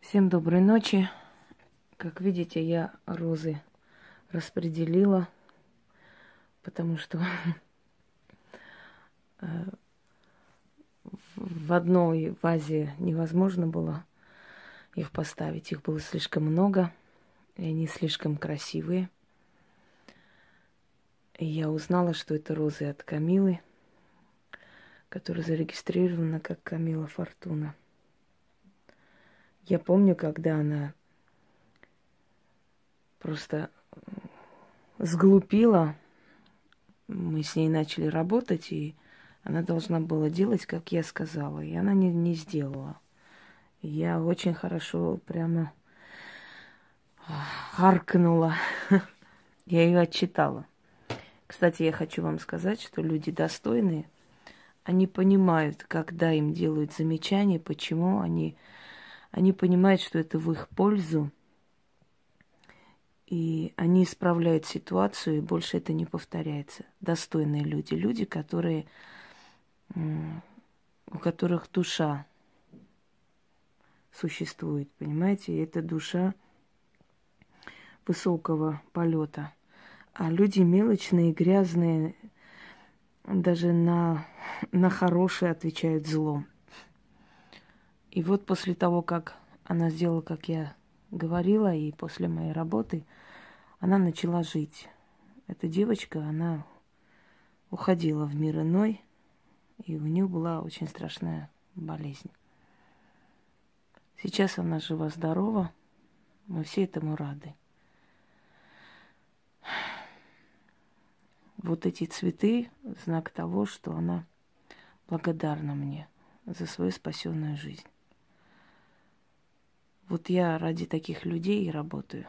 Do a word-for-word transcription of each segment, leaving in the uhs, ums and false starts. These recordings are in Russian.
Всем доброй ночи. Как видите, я розы распределила, потому что в одной вазе невозможно было их поставить. Их было слишком много, и они слишком красивые. И я узнала, что это розы от Камилы, которая зарегистрирована как Камила Фортуна. Я помню, когда она просто сглупила, мы с ней начали работать, и она должна была делать, как я сказала, и она не, не сделала. Я очень хорошо прямо харкнула. Я ее отчитала. Кстати, я хочу вам сказать, что люди достойные, они понимают, когда им делают замечания, почему они, они понимают, что это в их пользу, и они исправляют ситуацию, и больше это не повторяется. Достойные люди, люди, которые, у которых душа существует, понимаете? И это душа высокого полета. А люди мелочные, грязные, даже на, на хорошее отвечают злом. И вот после того, как она сделала, как я говорила, и после моей работы, она начала жить. Эта девочка, она уходила в мир иной, и у нее была очень страшная болезнь. Сейчас она жива-здорова, мы все этому рады. Вот эти цветы – знак того, что она благодарна мне за свою спасенную жизнь. Вот я ради таких людей и работаю.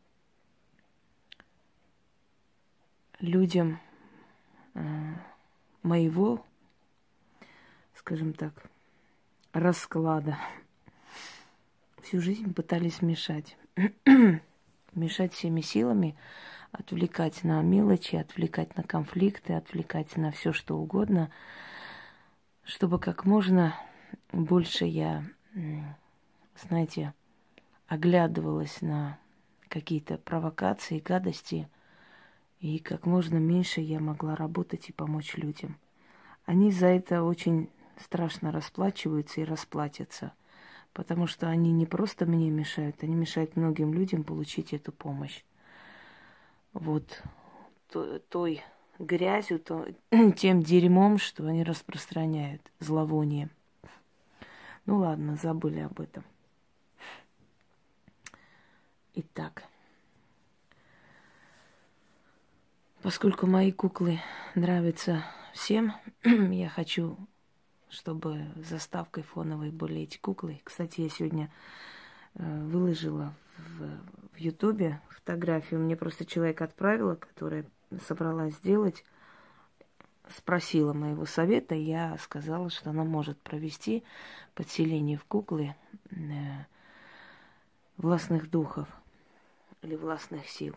Людям э, моего, скажем так, расклада всю жизнь пытались мешать. Мешать всеми силами, отвлекать на мелочи, отвлекать на конфликты, отвлекать на все что угодно, чтобы как можно больше я, знаете, оглядывалась на какие-то провокации, гадости, и как можно меньше я могла работать и помочь людям. Они за это очень страшно расплачиваются и расплатятся, потому что они не просто мне мешают, они мешают многим людям получить эту помощь. Вот той грязью, то, тем дерьмом, что они распространяют, зловонием. Ну ладно, забыли об этом. Итак, поскольку мои куклы нравятся всем, я хочу, чтобы заставкой фоновой были эти куклы. Кстати, я сегодня э, выложила в, в Ютубе фотографию. Мне просто человек отправила, которая собралась сделать, спросила моего совета, и я сказала, что она может провести подселение в куклы э, властных духов или властных сил.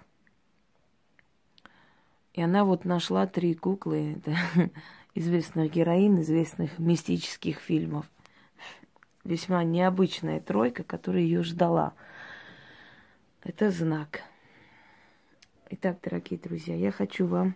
И она вот нашла три куклы да, известных героинь, известных мистических фильмов. Весьма необычная тройка, которая ее ждала. Это знак. Итак, дорогие друзья, я хочу вам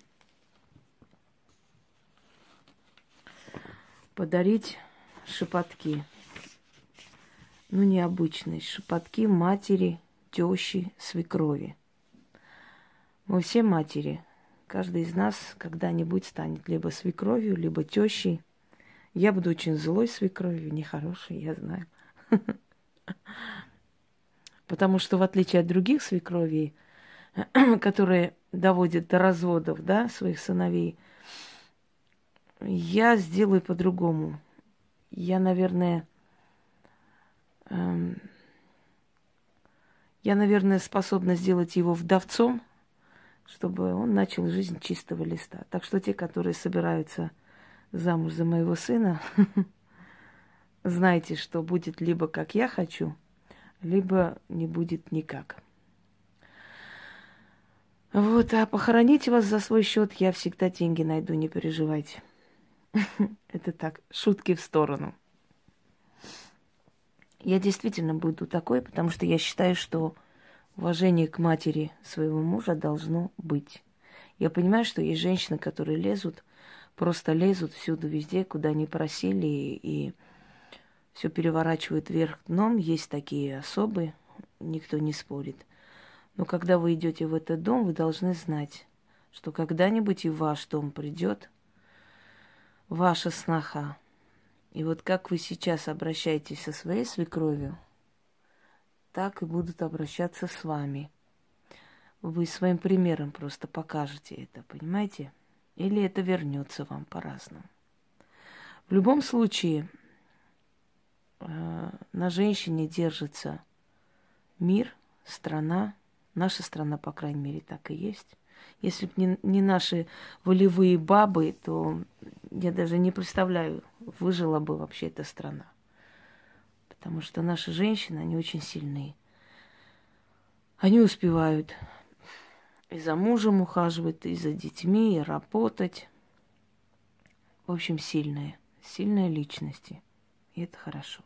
подарить шепотки. Ну, необычные шепотки матери, тещи, свекрови. Мы все матери. Каждый из нас когда-нибудь станет либо свекровью, либо тещей. Я буду очень злой свекровью, нехорошей, я знаю. Потому что, в отличие от других свекровей, которые доводят до разводов, да, своих сыновей, я сделаю по-другому. Я, наверное, эм, я, наверное, способна сделать его вдовцом, чтобы он начал жизнь чистого листа. Так что те, которые собираются замуж за моего сына, знайте, что будет либо как я хочу, либо не будет никак. Вот, а похоронить вас за свой счет я всегда деньги найду, не переживайте. Это так, шутки в сторону. Я действительно буду такой, потому что я считаю, что уважение к матери своего мужа должно быть. Я понимаю, что есть женщины, которые лезут, просто лезут всюду, везде, куда не просили, и, и все переворачивают вверх дном. Есть такие особые, никто не спорит. Но когда вы идете в этот дом, вы должны знать, что когда-нибудь и в ваш дом придет ваша сноха. И вот как вы сейчас обращаетесь со своей свекровью, так и будут обращаться с вами. Вы своим примером просто покажете это, понимаете? Или это вернется вам по-разному. В любом случае, э, на женщине держится мир, страна. Наша страна, по крайней мере, так и есть. Если бы не, не наши волевые бабы, то я даже не представляю, выжила бы вообще эта страна. Потому что наши женщины, они очень сильные. Они успевают и за мужем ухаживать, и за детьми, и работать. В общем, сильные. Сильные личности. И это хорошо.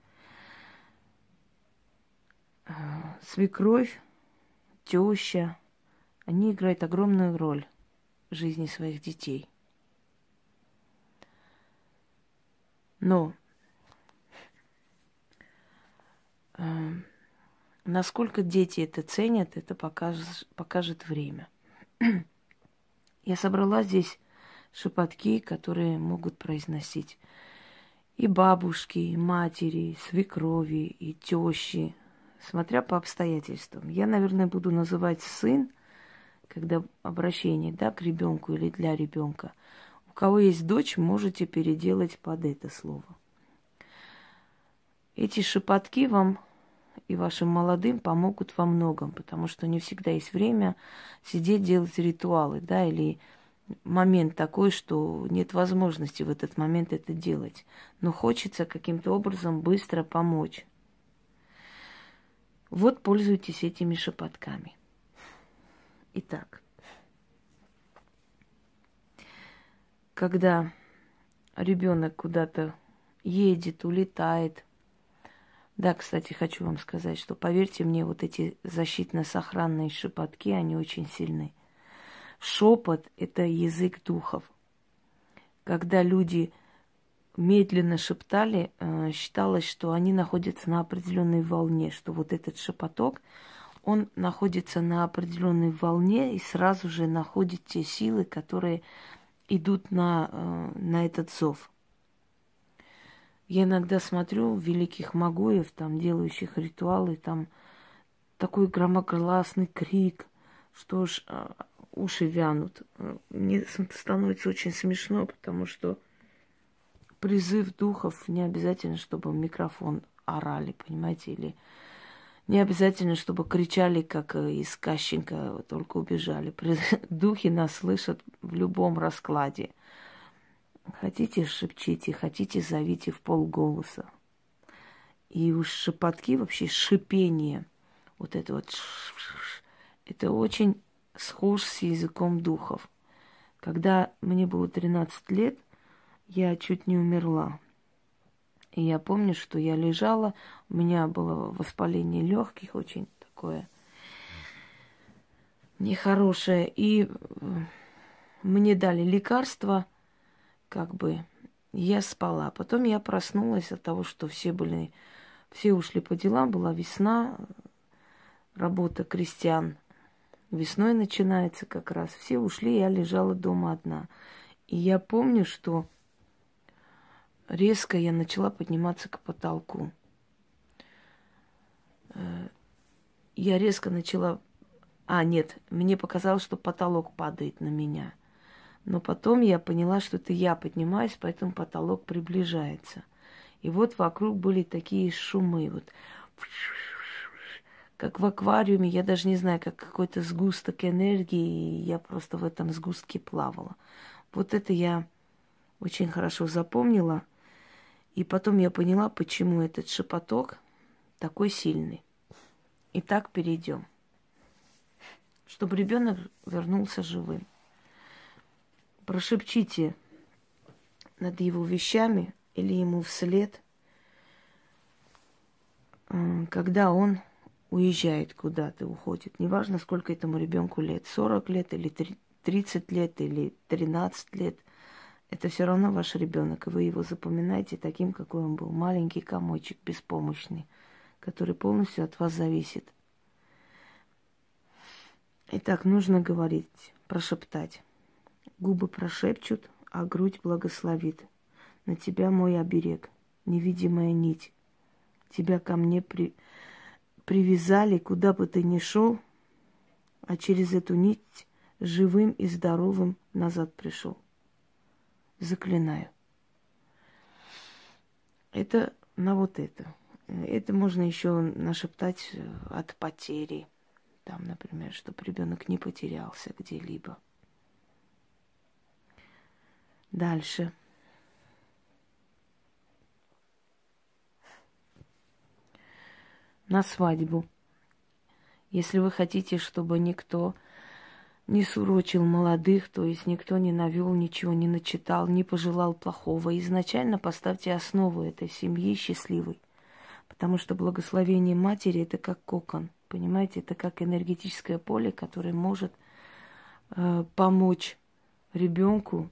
Свекровь, теща, они играют огромную роль в жизни своих детей. Но э, насколько дети это ценят, это покажет, покажет время. Я собрала здесь шепотки, которые могут произносить и бабушки, и матери, и свекрови, и тещи, смотря по обстоятельствам. Я, наверное, буду называть сын, когда обращение, да, к ребенку или для ребенка. У кого есть дочь, можете переделать под это слово. Эти шепотки вам и вашим молодым помогут во многом, потому что не всегда есть время сидеть делать ритуалы, да, или момент такой, что нет возможности в этот момент это делать. Но хочется каким-то образом быстро помочь. Вот пользуйтесь этими шепотками. Итак, когда ребенок куда-то едет, улетает. Да, кстати, хочу вам сказать, что, поверьте мне, вот эти защитно-сохранные шепотки, они очень сильны. Шепот – это язык духов. Когда люди медленно шептали, считалось, что они находятся на определенной волне, что вот этот шепоток, он находится на определенной волне и сразу же находит те силы, которые идут на, на этот зов. Я иногда смотрю великих магуев, там, делающих ритуалы, там такой громогласный крик, что ж уши вянут. Мне становится очень смешно, потому что призыв духов не обязательно, чтобы в микрофон орали, понимаете, или не обязательно, чтобы кричали, как из Кащенко, только убежали. Духи нас слышат в любом раскладе. Хотите, шепчите, хотите, зовите в полголоса. И уж шепотки, вообще шипение, вот это вот, это очень схож с языком духов. Когда мне было тринадцать лет, я чуть не умерла. И я помню, что я лежала, у меня было воспаление легких, очень такое нехорошее. И мне дали лекарства, как бы, я спала. Потом я проснулась от того, что все были, все ушли по делам, была весна, работа крестьян весной начинается как раз. Все ушли, я лежала дома одна. И я помню, что резко я начала подниматься к потолку. Я резко начала... А, нет, мне показалось, что потолок падает на меня. Но потом я поняла, что это я поднимаюсь, поэтому потолок приближается. И вот вокруг были такие шумы, вот... Как в аквариуме, я даже не знаю, как какой-то сгусток энергии, и я просто в этом сгустке плавала. Вот это я очень хорошо запомнила. И потом я поняла, почему этот шепоток такой сильный. Итак, перейдем. Чтобы ребенок вернулся живым. Прошепчите над его вещами или ему вслед. э, когда он уезжает куда-то, уходит, неважно, сколько этому ребенку лет, сорок лет или тридцать лет или тринадцать лет, это все равно ваш ребенок, и вы его запоминаете таким, какой он был, маленький комочек, беспомощный, который полностью от вас зависит. Итак, нужно говорить, прошептать. Губы прошепчут, а грудь благословит. На тебя мой оберег, невидимая нить. Тебя ко мне при... привязали, куда бы ты ни шел, а через эту нить живым и здоровым назад пришел. Заклинаю. Это на вот это. Это можно еще нашептать от потери. Там, например, чтобы ребенок не потерялся где-либо. Дальше. На свадьбу. Если вы хотите, чтобы никто не сурочил молодых, то есть никто не навел, ничего не начитал, не пожелал плохого, изначально поставьте основу этой семьи счастливой. Потому что благословение матери – это как кокон, понимаете? Это как энергетическое поле, которое может э, помочь ребенку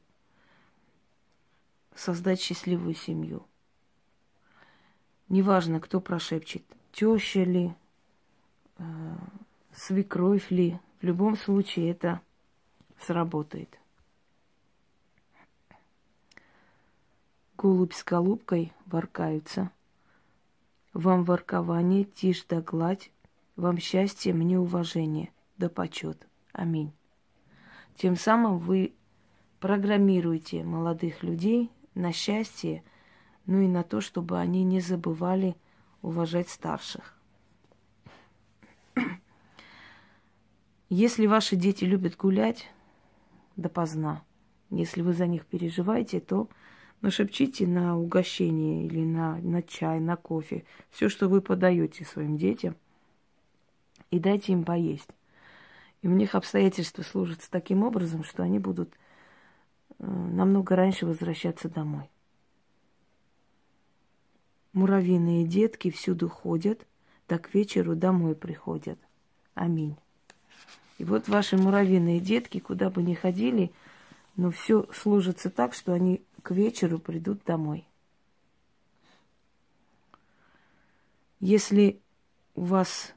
создать счастливую семью. Неважно, кто прошепчет, теща ли, э, свекровь ли, в любом случае это сработает. Голубь с голубкой воркаются. Вам воркование, тишь да гладь, вам счастье, мне уважение, да почет. Аминь. Тем самым вы программируете молодых людей на счастье, ну и на то, чтобы они не забывали уважать старших. Если ваши дети любят гулять допоздна, если вы за них переживаете, то нашепчите на угощение или на, на чай, на кофе, все, что вы подаете своим детям, и дайте им поесть. И у них обстоятельства сложатся таким образом, что они будут э, намного раньше возвращаться домой. Муравьиные детки всюду ходят, да к вечеру домой приходят. Аминь. И вот ваши муравьиные детки, куда бы ни ходили, но все сложится так, что они к вечеру придут домой. Если у вас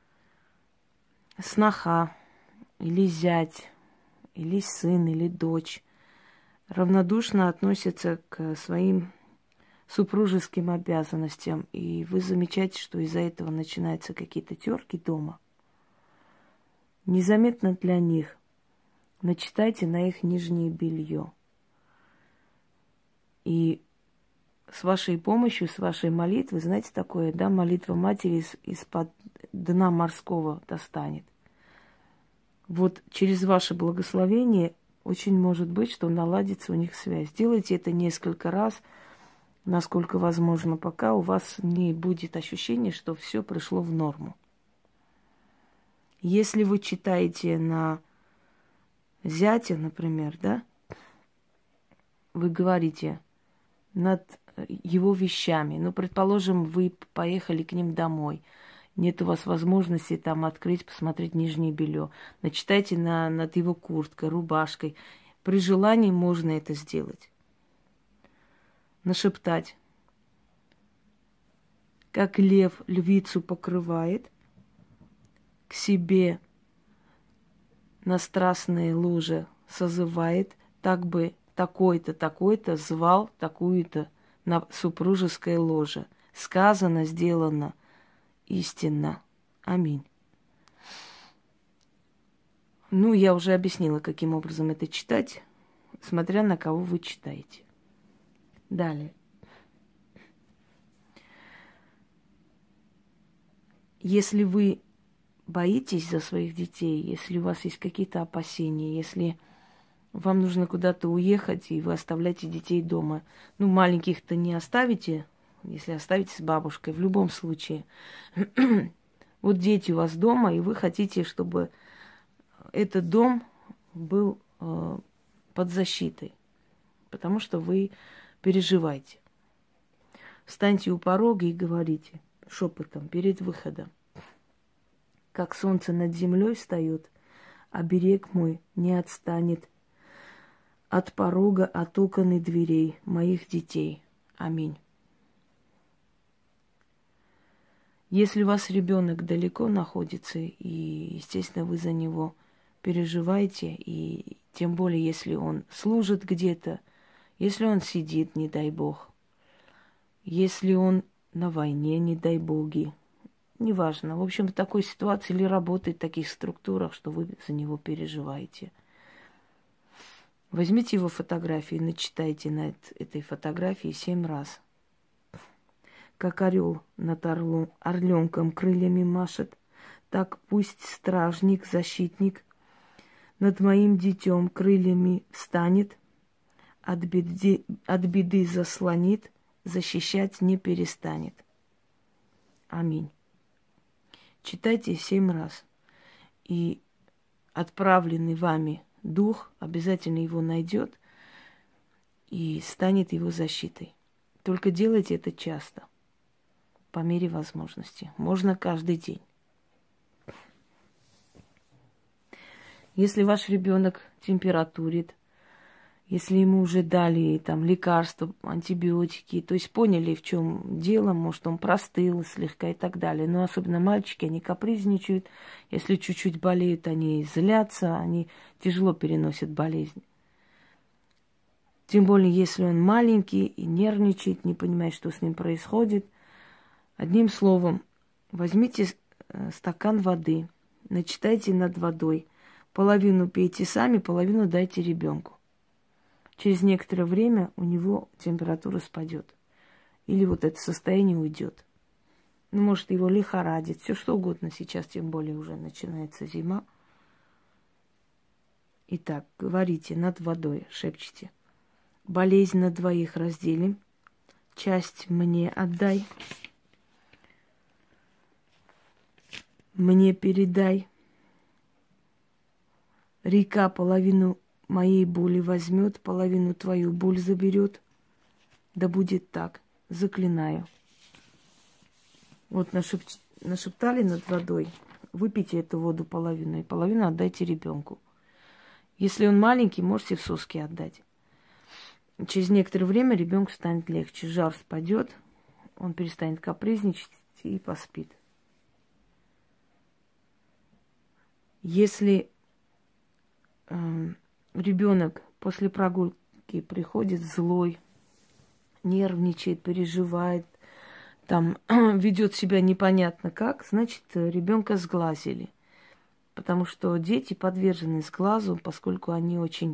сноха или зять, или сын, или дочь равнодушно относятся к своим супружеским обязанностям, и вы замечаете, что из-за этого начинаются какие-то терки дома, незаметно для них начитайте на их нижнее белье. И с вашей помощью, с вашей молитвой, знаете такое, да, молитва матери из, из-под дна морского достанет. Вот через ваше благословение очень может быть, что наладится у них связь. Делайте это несколько раз, насколько возможно, пока у вас не будет ощущения, что все пришло в норму. Если вы читаете на зятя, например, да, вы говорите над его вещами. Ну, предположим, вы поехали к ним домой. Нет у вас возможности там открыть, посмотреть нижнее белье. Начитайте на, над его курткой, рубашкой. При желании можно это сделать. Нашептать. Как лев львицу покрывает, к себе на страстное ложе созывает, так бы такой-то, такой-то звал такую-то на супружеское ложе. Сказано, сделано, истинно. Аминь. Ну, я уже объяснила, каким образом это читать, смотря на кого вы читаете. Далее. Если вы боитесь за своих детей, если у вас есть какие-то опасения, если вам нужно куда-то уехать, и вы оставляете детей дома, ну, маленьких-то не оставите, если оставите с бабушкой, в любом случае. Вот дети у вас дома, и вы хотите, чтобы этот дом был э, под защитой, потому что вы переживаете. Встаньте у порога и говорите, шепотом перед выходом. Как солнце над землей встает, а берег мой не отстанет от порога, от окон и дверей моих детей. Аминь. Если у вас ребенок далеко находится, и, естественно, вы за него переживаете, и тем более, если он служит где-то, если он сидит, не дай бог, если он на войне, не дай боги, неважно. В общем, в такой ситуации или работает в таких структурах, что вы за него переживаете. Возьмите его фотографии, начитайте на этой фотографии семь раз. Как орел над орлом, орленком крыльями машет, так пусть стражник, защитник над моим детем крыльями встанет, от беды, от беды заслонит, защищать не перестанет. Аминь. Читайте семь раз. И отправленный вами дух обязательно его найдет и станет его защитой. Только делайте это часто, по мере возможности. Можно каждый день. Если ваш ребенок температурит, если ему уже дали там лекарства, антибиотики, то есть поняли, в чем дело, может, он простыл слегка и так далее. Но особенно мальчики, они капризничают. Если чуть-чуть болеют, они злятся, они тяжело переносят болезнь. Тем более, если он маленький и нервничает, не понимает, что с ним происходит. Одним словом, возьмите стакан воды, начитайте над водой. Половину пейте сами, половину дайте ребенку. Через некоторое время у него температура спадет. Или вот это состояние уйдет. Ну, может, его лихорадит, все что угодно. Сейчас, тем более, уже начинается зима. Итак, говорите над водой, шепчите. Болезнь на двоих разделим, часть мне отдай, мне передай. Река половину моей боли возьмет, половину твою боль заберет. Да будет так, заклинаю. Вот нашеп... нашептали над водой. Выпейте эту воду половину, и половину отдайте ребенку. Если он маленький, можете в соски отдать. Через некоторое время ребенку станет легче, жар спадет, он перестанет капризничать и поспит. Если э, ребенок после прогулки приходит злой, нервничает, переживает, там ведет себя непонятно как, значит, ребенка сглазили. Потому что дети подвержены сглазу, поскольку они очень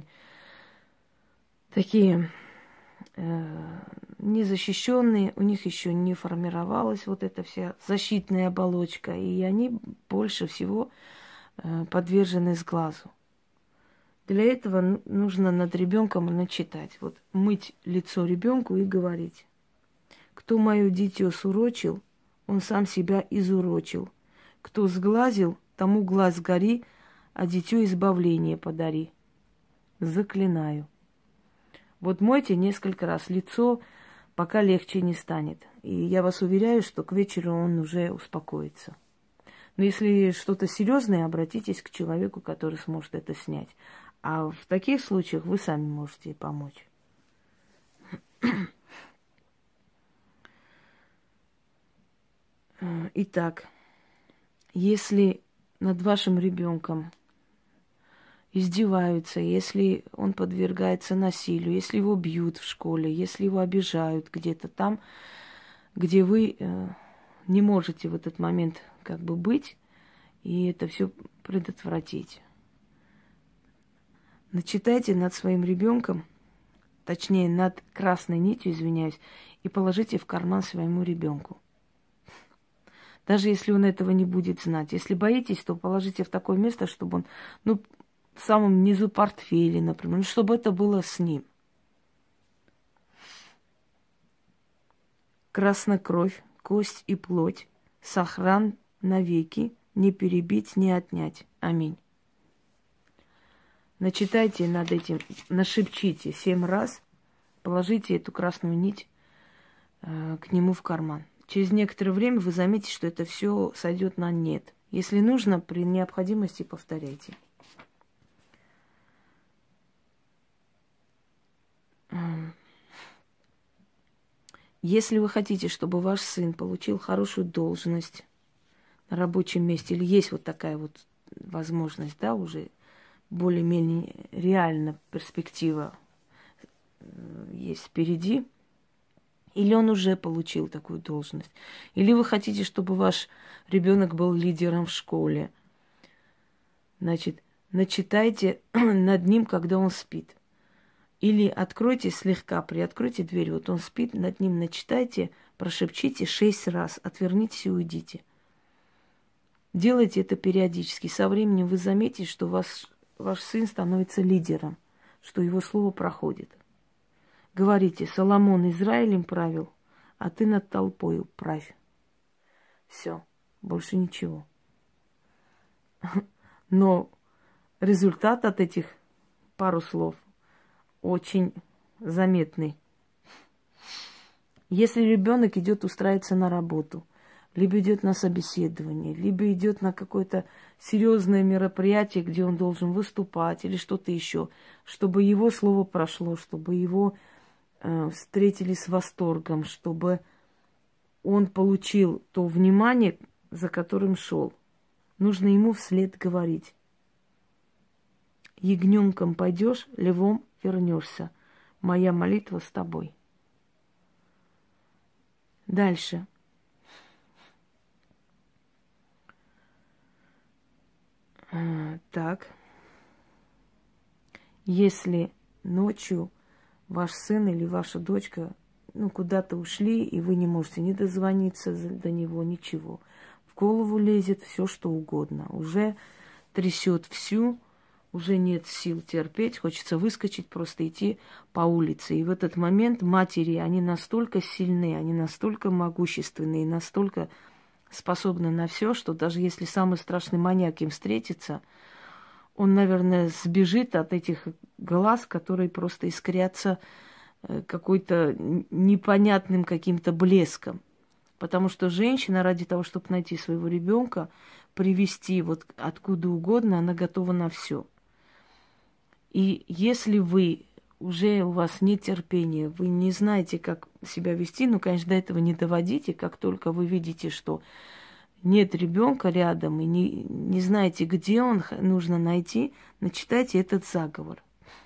такие э, незащищенные, у них еще не формировалась вот эта вся защитная оболочка, и они больше всего э, подвержены сглазу. Для этого нужно над ребенком начитать. Вот мыть лицо ребенку и говорить: кто мое дитё сурочил, он сам себя изурочил. Кто сглазил, тому глаз гори, а дитё избавление подари. Заклинаю. Вот мойте несколько раз лицо, пока легче не станет. И я вас уверяю, что к вечеру он уже успокоится. Но если что-то серьезное, обратитесь к человеку, который сможет это снять. А в таких случаях вы сами можете помочь. Итак, если над вашим ребенком издеваются, если он подвергается насилию, если его бьют в школе, если его обижают где-то там, где вы э, не можете в этот момент как бы быть и это все предотвратить. Начитайте над своим ребенком, точнее над красной нитью, извиняюсь, и положите в карман своему ребенку. Даже если он этого не будет знать. Если боитесь, то положите в такое место, чтобы он, ну, в самом низу портфеля, например, чтобы это было с ним. Красна кровь, кость и плоть, сохран навеки, не перебить, не отнять. Аминь. Начитайте над этим, нашепчите семь раз, положите эту красную нить э, к нему в карман. через некоторое время вы заметите, что это все сойдет на нет. Если нужно, при необходимости повторяйте. Если вы хотите, чтобы ваш сын получил хорошую должность на рабочем месте, или есть вот такая вот возможность, да, уже более-менее реально перспектива есть впереди, или он уже получил такую должность, или вы хотите, чтобы ваш ребенок был лидером в школе, значит, начитайте над ним, когда он спит. Или откройте слегка, приоткройте дверь, вот он спит, над ним начитайте, прошепчите шесть раз, отвернитесь и уйдите. Делайте это периодически. Со временем вы заметите, что ваш, ваш сын становится лидером, что его слово проходит. Говорите: Соломон Израилем правил, а ты над толпою правь. Все, больше ничего. Но результат от этих пару слов очень заметный. Если ребенок идет устраиваться на работу, либо идет на собеседование, либо идет на какое-то серьезное мероприятие, где он должен выступать или что-то еще, чтобы его слово прошло, чтобы его э, встретили с восторгом, чтобы он получил то внимание, за которым шел, нужно ему вслед говорить: ягненком пойдешь, львом вернешься. Моя молитва с тобой. Дальше. А, так. Если ночью ваш сын или ваша дочка, ну, куда-то ушли, и вы не можете ни дозвониться до него, ничего, в голову лезет все, что угодно, уже трясет всю, уже нет сил терпеть, хочется выскочить, просто идти по улице. И в этот момент матери, они настолько сильны, они настолько могущественны, и настолько способны на все, что даже если самый страшный маньяк им встретится, он, наверное, сбежит от этих глаз, которые просто искрятся какой-то непонятным каким-то блеском. Потому что женщина ради того, чтобы найти своего ребенка, привести вот откуда угодно, она готова на все. И если вы уже у вас нет терпения, вы не знаете, как себя вести, ну, конечно, до этого не доводите. Как только вы видите, что нет ребенка рядом и не, не знаете, где он, нужно найти, начитайте этот заговор.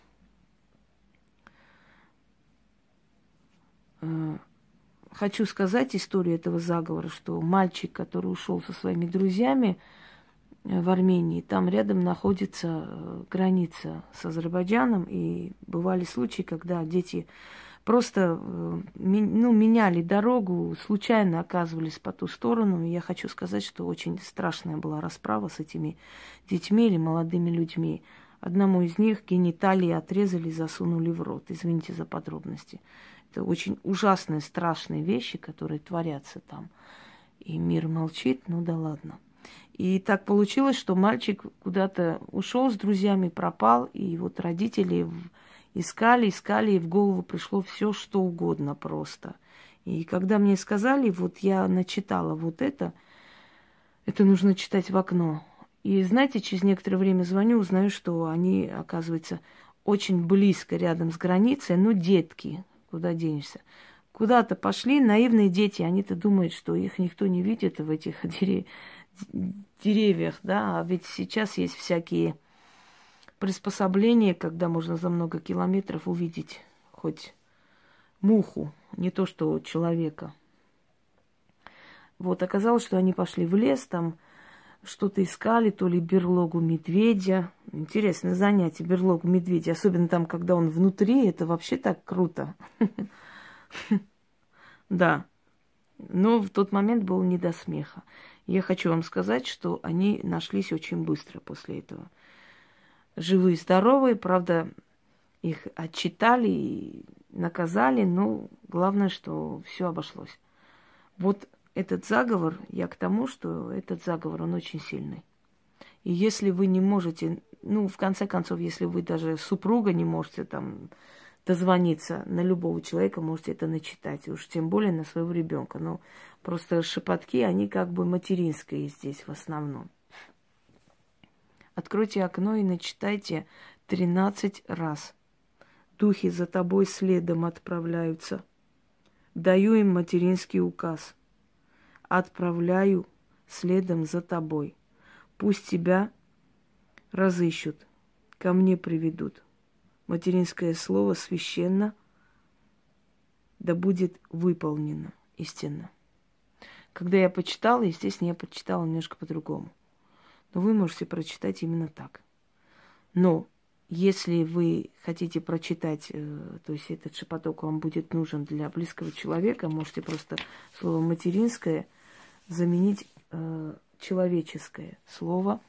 Хочу сказать историю этого заговора, что мальчик, который ушел со своими друзьями в Армении, там рядом находится граница с Азербайджаном, и бывали случаи, когда дети просто ну, меняли дорогу, случайно оказывались по ту сторону. И я хочу сказать, что очень страшная была расправа с этими детьми или молодыми людьми. Одному из них гениталии отрезали, засунули в рот. Извините за подробности. Это очень ужасные, страшные вещи, которые творятся там. И мир молчит, ну да ладно. И так получилось, что мальчик куда-то ушел с друзьями, пропал, и вот родители искали, искали, и в голову пришло все, что угодно просто. И когда мне сказали, вот я начитала вот это, это нужно читать в окно. И знаете, через некоторое время звоню, узнаю, что они, оказывается, очень близко рядом с границей, ну, детки, куда денешься. Куда-то пошли, наивные дети, они-то думают, что их никто не видит в этих деревьях. деревьях, да, а ведь сейчас есть всякие приспособления, когда можно за много километров увидеть хоть муху, не то что человека. Вот, оказалось, что они пошли в лес, там что-то искали, то ли берлогу медведя. Интересное занятие, берлогу медведя, особенно там, когда он внутри, это вообще так круто. Да, но в тот момент было не до смеха. Я хочу вам сказать, что они нашлись очень быстро после этого. Живые, здоровые, правда, их отчитали и наказали, но главное, что все обошлось. Вот этот заговор, я к тому, что этот заговор, он очень сильный. И если вы не можете, ну, в конце концов, если вы даже супруга не можете там дозвониться на любого человека, можете это начитать, уж тем более на своего ребенка. Но просто шепотки, они как бы материнские здесь в основном. Откройте окно и начитайте тринадцать раз. Духи за тобой следом отправляются. Даю им материнский указ. Отправляю следом за тобой. Пусть тебя разыщут, ко мне приведут. Материнское слово священно, да будет выполнено истинно. Когда я почитала, естественно, я почитала немножко по-другому. Но вы можете прочитать именно так. Но если вы хотите прочитать, э, то есть этот шепоток вам будет нужен для близкого человека, можете просто слово материнское заменить э, человеческое слово.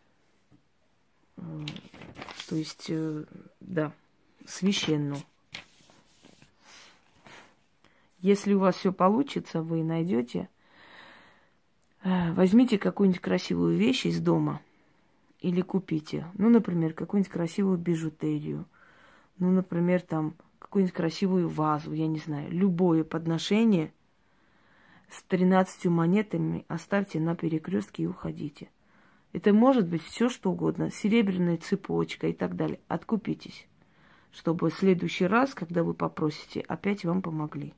Э, то есть, э, да, священно. Если у вас все получится, вы найдете, э, возьмите какую-нибудь красивую вещь из дома или купите. Ну, например, какую-нибудь красивую бижутерию. Ну, например, там какую-нибудь красивую вазу, я не знаю. Любое подношение с тринадцатью монетами оставьте на перекрестке и уходите. Это может быть все что угодно. Серебряная цепочка и так далее. Откупитесь, чтобы в следующий раз, когда вы попросите, опять вам помогли.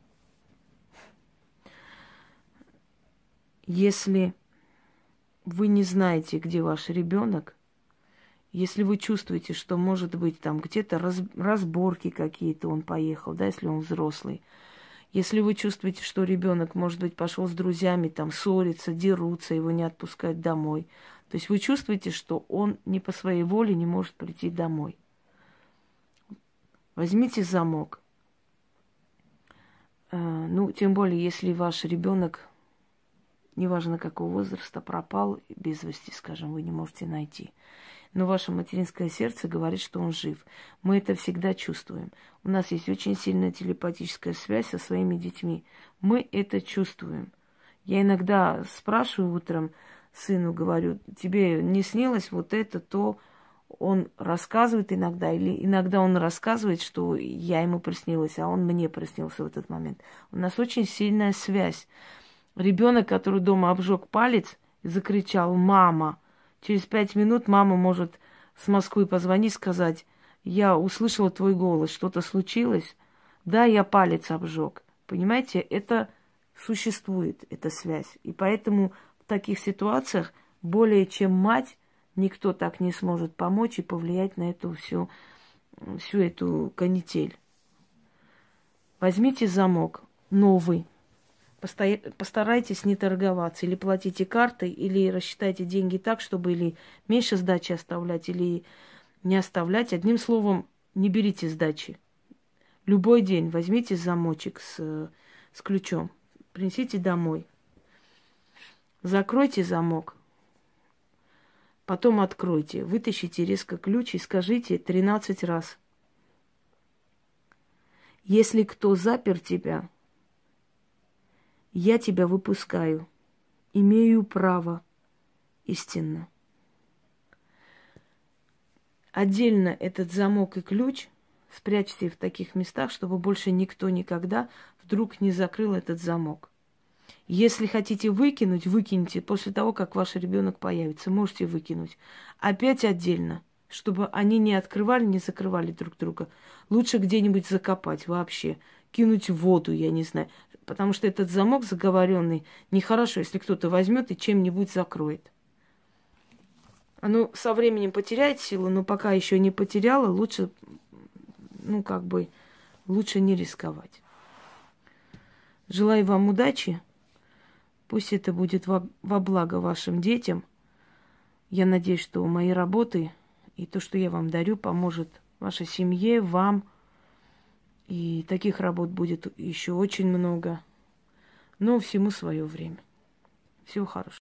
Если вы не знаете, где ваш ребенок, если вы чувствуете, что, может быть, там где-то раз, разборки какие-то он поехал, да, если он взрослый, если вы чувствуете, что ребенок, может быть, пошел с друзьями, там ссорится, дерутся, его не отпускают домой, то есть вы чувствуете, что он не по своей воле не может прийти домой. Возьмите замок. А, ну, тем более, если ваш ребенок, неважно какого возраста, пропал без вести, скажем, вы не можете найти. Но ваше материнское сердце говорит, что он жив. Мы это всегда чувствуем. У нас есть очень сильная телепатическая связь со своими детьми. Мы это чувствуем. Я иногда спрашиваю утром сыну, говорю, тебе не снилось вот это, то он рассказывает иногда, или иногда он рассказывает, что я ему приснилась, а он мне приснился в этот момент. У нас очень сильная связь. Ребенок, который дома обжег палец и закричал «мама», через пять минут мама может с Москвы позвонить, сказать, я услышала твой голос, что-то случилось? Да, я палец обжег. Понимаете, это существует, эта связь. И поэтому в таких ситуациях более чем мать никто так не сможет помочь и повлиять на эту всю, всю эту канитель. Возьмите замок новый. Постарайтесь не торговаться. Или платите картой, или рассчитайте деньги так, чтобы или меньше сдачи оставлять, или не оставлять. Одним словом, не берите сдачи. Любой день возьмите замочек с, с ключом. Принесите домой. Закройте замок. Потом откройте. Вытащите резко ключ и скажите тринадцать раз. Если кто запер тебя, я тебя выпускаю, имею право истинно. Отдельно этот замок и ключ спрячьте в таких местах, чтобы больше никто никогда вдруг не закрыл этот замок. Если хотите выкинуть, выкиньте после того, как ваш ребенок появится. Можете выкинуть. Опять отдельно, чтобы они не открывали, не закрывали друг друга. Лучше где-нибудь закопать вообще. Кинуть в воду, я не знаю. Потому что этот замок заговоренный нехорошо, если кто-то возьмет и чем-нибудь закроет. Оно со временем потеряет силу, но пока еще не потеряло, лучше, ну, как бы, лучше не рисковать. Желаю вам удачи. Пусть это будет во, во благо вашим детям. Я надеюсь, что мои работы и то, что я вам дарю, поможет вашей семье, вам. И таких работ будет еще очень много. Но всему свое время. Всего хорошего.